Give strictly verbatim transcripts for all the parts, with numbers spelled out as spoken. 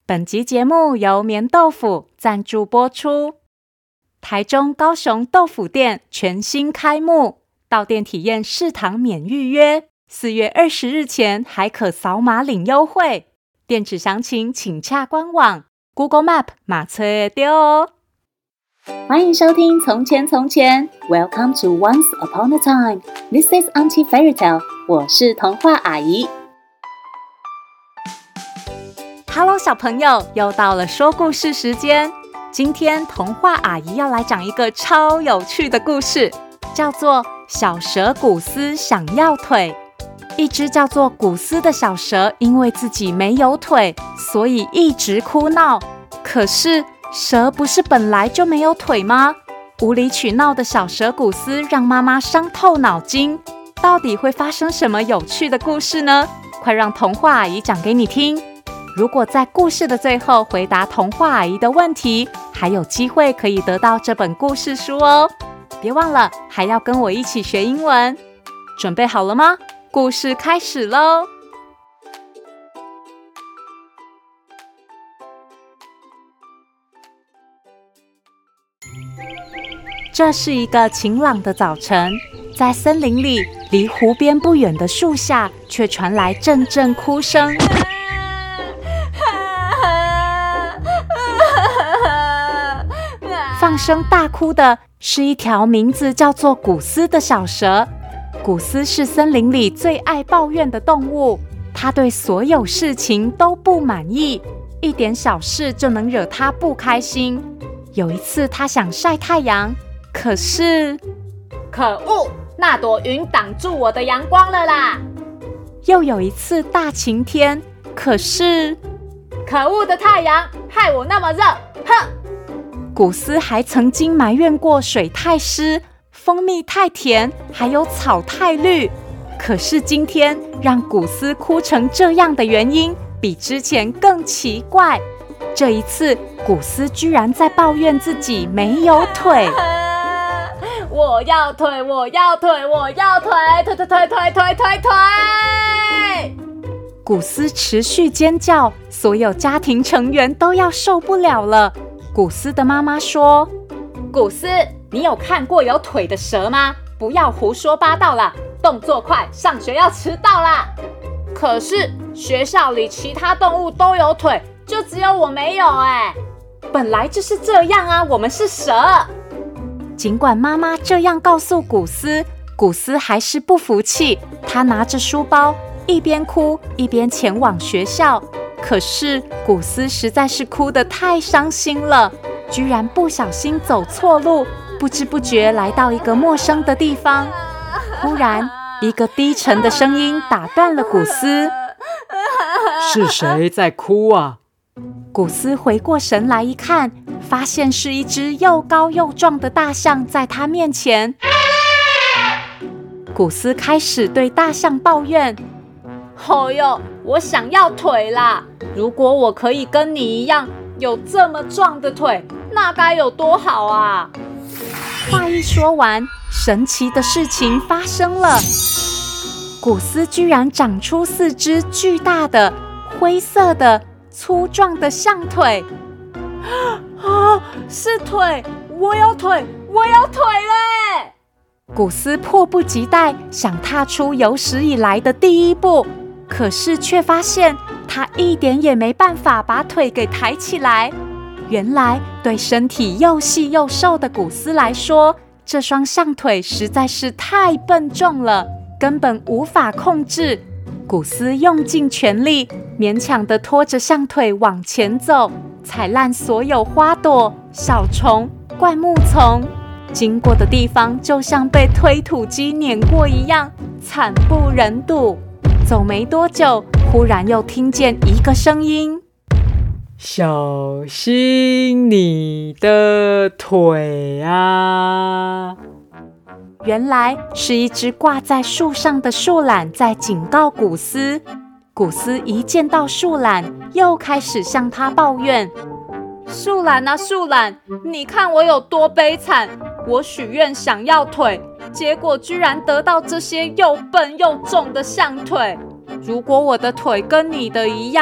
本集节目由棉豆腐赞助播出。台中高雄豆腐店全新开幕，到店体验试糖免预约，四月二十日前还可扫码领优惠。店址详情请洽官网 Google Map 马车会到哦。欢迎收听从前从前 Welcome to Once Upon a Time This is Auntie Fairy Tale 我是童话阿姨。Hello 小朋友，又到了说故事时间。今天童话阿姨要来讲一个超有趣的故事，叫做小蛇古斯想要腿。一只叫做古斯的小蛇因为自己没有腿，所以一直哭闹。可是蛇不是本来就没有腿吗？无理取闹的小蛇古斯让妈妈伤透脑筋。到底会发生什么有趣的故事呢？快让童话阿姨讲给你听。如果在故事的最后回答童话阿姨的问题，还有机会可以得到这本故事书哦。别忘了还要跟我一起学英文。准备好了吗？故事开始咯。这是一个晴朗的早晨，在森林里，离湖边不远的树下却传来阵阵哭声。放声大哭的是一条名字叫做古斯的小蛇。古斯是森林里最爱抱怨的动物，它对所有事情都不满意，一点小事就能惹它不开心。有一次它想晒太阳，可是可恶，那朵云挡住我的阳光了啦。 又有一次大晴天，可是可恶的太阳害我那么热，哼！ 古斯还曾经埋怨过水太湿，蜂蜜太甜，还有草太绿。可是今天让古斯哭成这样的原因比之前更奇怪。这一次古斯居然在抱怨自己没有腿。 我要腿，我要腿，我要腿，腿腿腿腿腿腿腿！ 古斯持续尖叫，所有家庭成员都要受不了了。古斯的妈妈说： 古斯，你有看过有腿的蛇吗？不要胡说八道啦，动作快，上学要迟到啦。可是学校里其他动物都有腿，就只有我没有哎。本来就是这样啊，我们是蛇。 尽管妈妈这样告诉古斯，古斯还是不服气，他拿着书包一边哭一边前往学校。可是古斯实在是哭得太伤心了，居然不小心走错路，不知不觉来到一个陌生的地方。忽然一个低沉的声音打断了古斯： 是谁在哭啊？ 古斯回过神来一看，发现是一只又高又壮的大象在他面前。古斯开始对大象抱怨： 哦哟，我想要腿啦！如果我可以跟你一样有这么壮的腿，那该有多好啊！ 话一说完，神奇的事情发生了。古斯居然长出四只巨大的、灰色的、粗壮的象腿。 啊，是腿！我有腿，我有腿嘞！ 古斯迫不及待想踏出有史以来的第一步，可是却发现他一点也没办法把腿给抬起来。原来对身体又细又瘦的古斯来说，这双象腿实在是太笨重了，根本无法控制。古斯用尽全力，勉强地拖着象腿往前走，踩烂所有花朵、小虫、灌木丛，经过的地方就像被推土机碾过一样，惨不忍睹。走没多久，忽然又听见一个声音： 小心你的腿啊！ 原来是一只挂在树上的树懒在警告古斯。古斯一见到树懒，又开始向他抱怨： 树懒啊树懒，你看我有多悲惨！我许愿想要腿，结果居然得到这些又笨又重的象腿。如果我的腿跟你的一样，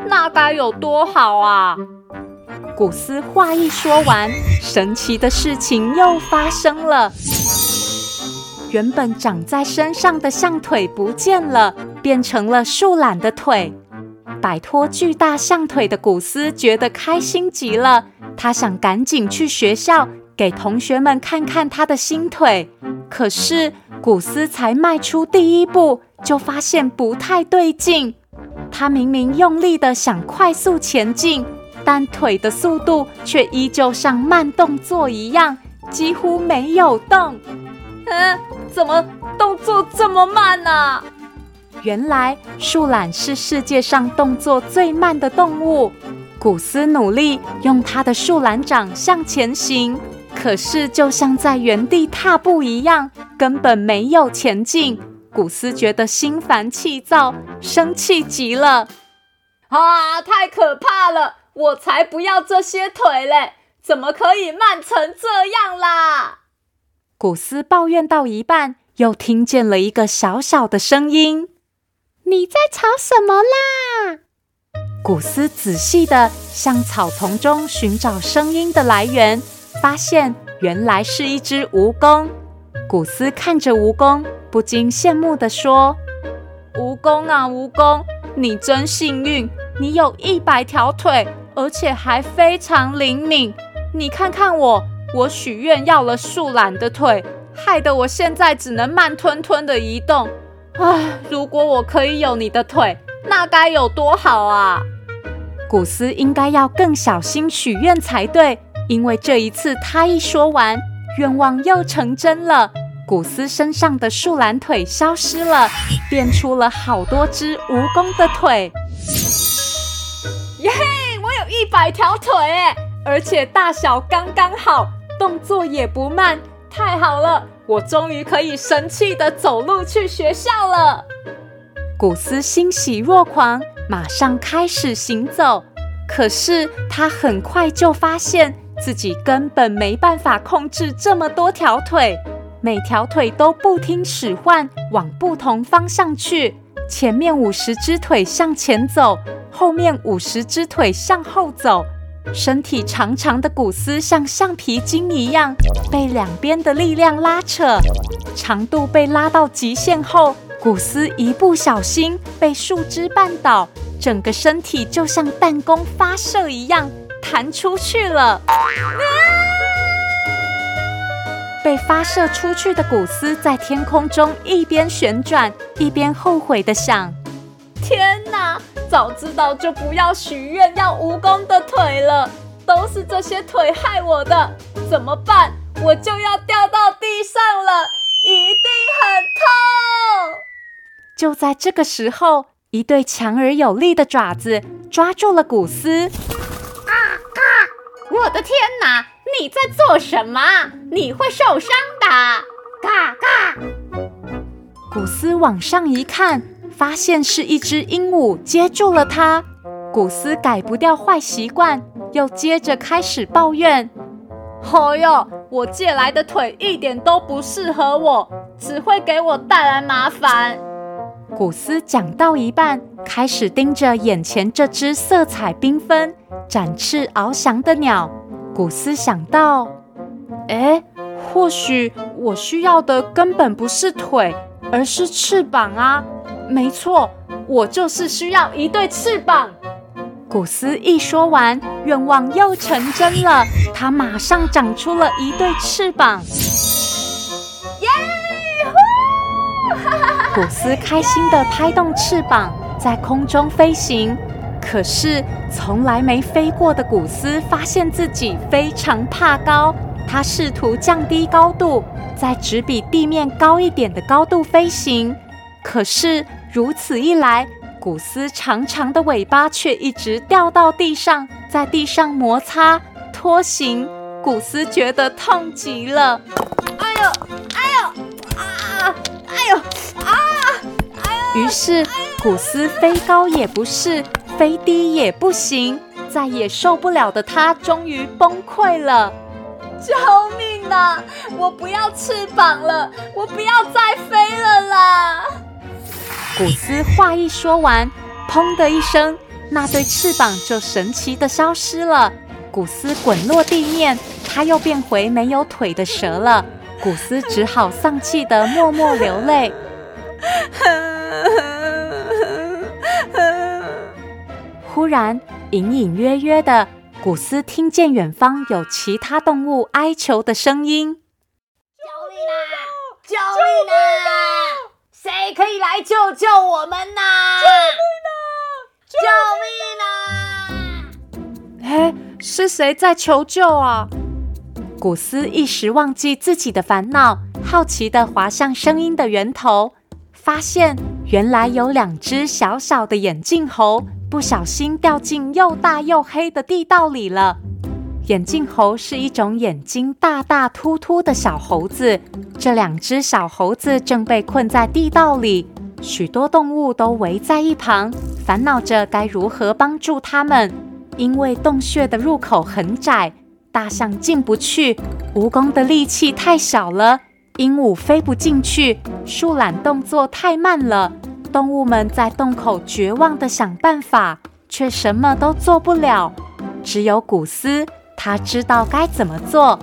那该有多好啊！ 古斯话一说完，神奇的事情又发生了。原本长在身上的象腿不见了，变成了树懒的腿。摆脱巨大象腿的古斯觉得开心极了，他想赶紧去学校给同学们看看他的新腿。可是古斯才迈出第一步，就发现不太对劲。他明明用力的想快速前进，但腿的速度却依旧像慢动作一样，几乎没有动。 嗯，怎么动作这么慢啊？ 原来树懒是世界上动作最慢的动物。古斯努力用他的树懒掌向前行，可是就像在原地踏步一样，根本没有前进。古斯觉得心烦气躁，生气极了。 啊，太可怕了！我才不要这些腿嘞！怎么可以慢成这样啦？ 古斯抱怨到一半，又听见了一个小小的声音：“你在吵什么啦？”古斯仔细地向草丛中寻找声音的来源，发现原来是一只蜈蚣。古斯看着蜈蚣，不禁羡慕地说：“ 蜈蚣啊，蜈蚣，你真幸运，你有一百条腿，而且还非常灵敏。你看看我，我许愿要了树懒的腿，害得我现在只能慢吞吞地移动。唉，如果我可以有你的腿，那该有多好啊！” 古斯应该要更小心许愿才对，因为这一次他一说完，愿望又成真了。古斯身上的树懒腿消失了，变出了好多只蜈蚣的腿。 耶！我有一百条腿耶，而且大小刚刚好，动作也不慢，太好了！我终于可以神气地走路去学校了。 古斯欣喜若狂，马上开始行走。可是他很快就发现自己根本没办法控制这么多条腿，每条腿都不听使唤，往不同方向去。前面五十只腿向前走，后面五十只腿向后走。身体长长的古斯像橡皮筋一样，被两边的力量拉扯。长度被拉到极限后，古斯一不小心被树枝绊倒，整个身体就像弹弓发射一样弹出去了。啊！被发射出去的古斯在天空中一边旋转，一边后悔地想： 天哪，早知道就不要许愿要蜈蚣的腿了，都是这些腿害我的，怎么办？我就要掉到地上了，一定很痛！ 就在这个时候，一对强而有力的爪子抓住了古斯。 啊啊！我的天哪，你在做什么？你会受伤的！嘎嘎！ 古斯往上一看，发现是一只鹦鹉接住了他。古斯改不掉坏习惯，又接着开始抱怨： 哎呦，我借来的腿一点都不适合我，只会给我带来麻烦。 古斯讲到一半，开始盯着眼前这只色彩缤纷、展翅翱翔的鸟。古斯想到，诶，或许我需要的根本不是腿，而是翅膀啊！没错，我就是需要一对翅膀。古斯一说完，愿望又成真了，他马上长出了一对翅膀。 耶！ 古斯开心地拍动翅膀，在空中飞行。可是从来没飞过的古斯发现自己非常怕高，他试图降低高度，在只比地面高一点的高度飞行。可是如此一来，古斯长长的尾巴却一直掉到地上，在地上摩擦拖行。古斯觉得痛极了。 哎呦，哎呦，啊，哎呦，啊，哎呦！ 于是古斯飞高也不是，飞低也不行，再也受不了的他终于崩溃了。 救命啊！我不要翅膀了，我不要再飞了啦！ 古斯话一说完，砰的一声， 那对翅膀就神奇的消失了。古斯滚落地面，它又变回没有腿的蛇了。古斯只好丧气的默默流泪。忽然，隐隐约约的，古斯听见远方有其他动物哀求的声音：“ 救命啊！救命啊！谁可以来救救我们呐？救命啊！救命啊！” 哎，是谁在求救啊？古斯一时忘记自己的烦恼，好奇地滑向声音的源头，发现原来有两只小小的眼镜猴不小心掉进又大又黑的地道里了。眼镜猴是一种眼睛大大突突的小猴子，这两只小猴子正被困在地道里，许多动物都围在一旁，烦恼着该如何帮助它们。因为洞穴的入口很窄，大象进不去，蜈蚣的力气太小了，鹦鹉飞不进去，树懒动作太慢了。动物们在洞口绝望地想办法，却什么都做不了。只有古斯，他知道该怎么做。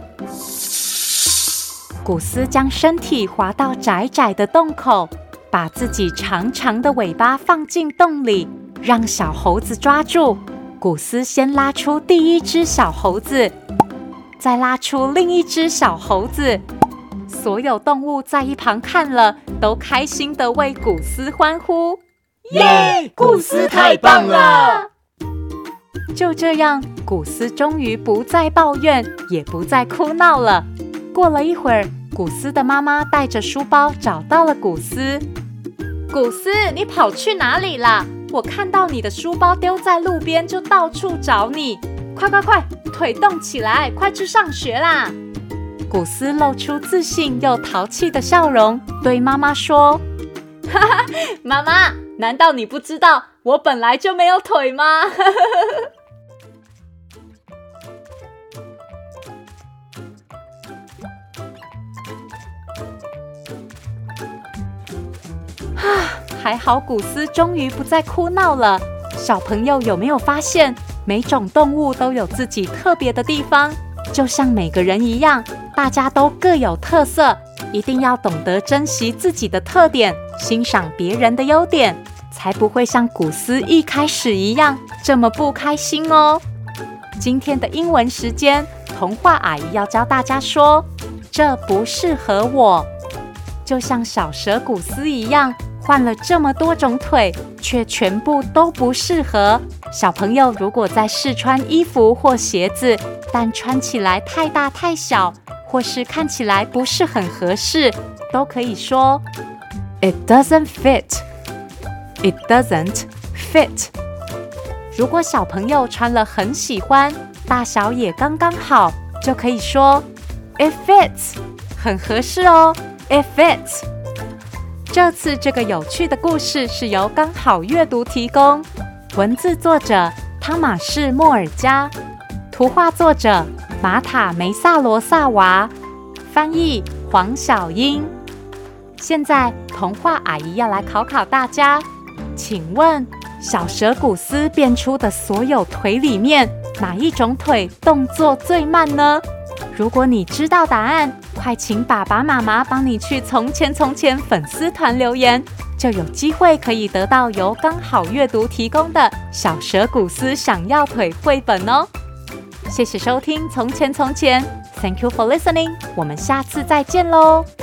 古斯将身体滑到窄窄的洞口，把自己长长的尾巴放进洞里，让小猴子抓住。古斯先拉出第一只小猴子，再拉出另一只小猴子。所有动物在一旁看了，都开心地为古斯欢呼： 耶！古斯太棒了！ 就这样，古斯终于不再抱怨，也不再哭闹了。过了一会儿，古斯的妈妈带着书包找到了古斯。古斯，你跑去哪里啦？我看到你的书包丢在路边，就到处找你。快快快，腿动起来，快去上学啦！古斯露出自信又淘气的笑容，对妈妈说：“ 哈哈，妈妈，难道你不知道我本来就没有腿吗？” 还好古斯终于不再哭闹了。小朋友有没有发现，每种动物都有自己特别的地方，就像每个人一样，大家都各有特色，一定要懂得珍惜自己的特点，欣赏别人的优点，才不会像古斯一开始一样这么不开心哦。今天的英文时间，童话阿姨要教大家说，这不适合我。就像小蛇古斯一样，换了这么多种腿，却全部都不适合。小朋友如果在试穿衣服或鞋子，但穿起来太大太小，或是看起来不是很合适，都可以说 It doesn't fit. It doesn't fit. 如果小朋友穿了很喜欢，大小也刚刚好，就可以说 It fits. 很合适哦。It fits。 这次这个有趣的故事是由刚好阅读提供，文字作者汤马士·莫尔加，图画作者玛塔·梅萨罗萨娃，翻译黄小英。现在童话阿姨要来考考大家，请问小蛇古斯变出的所有腿里面，哪一种腿动作最慢呢？如果你知道答案，快请爸爸妈妈帮你去从前从前粉丝团留言，就有机会可以得到由刚好阅读提供的小蛇古斯想要腿绘本哦。谢谢收听从前从前 Thank you for listening， 我们下次再见喽。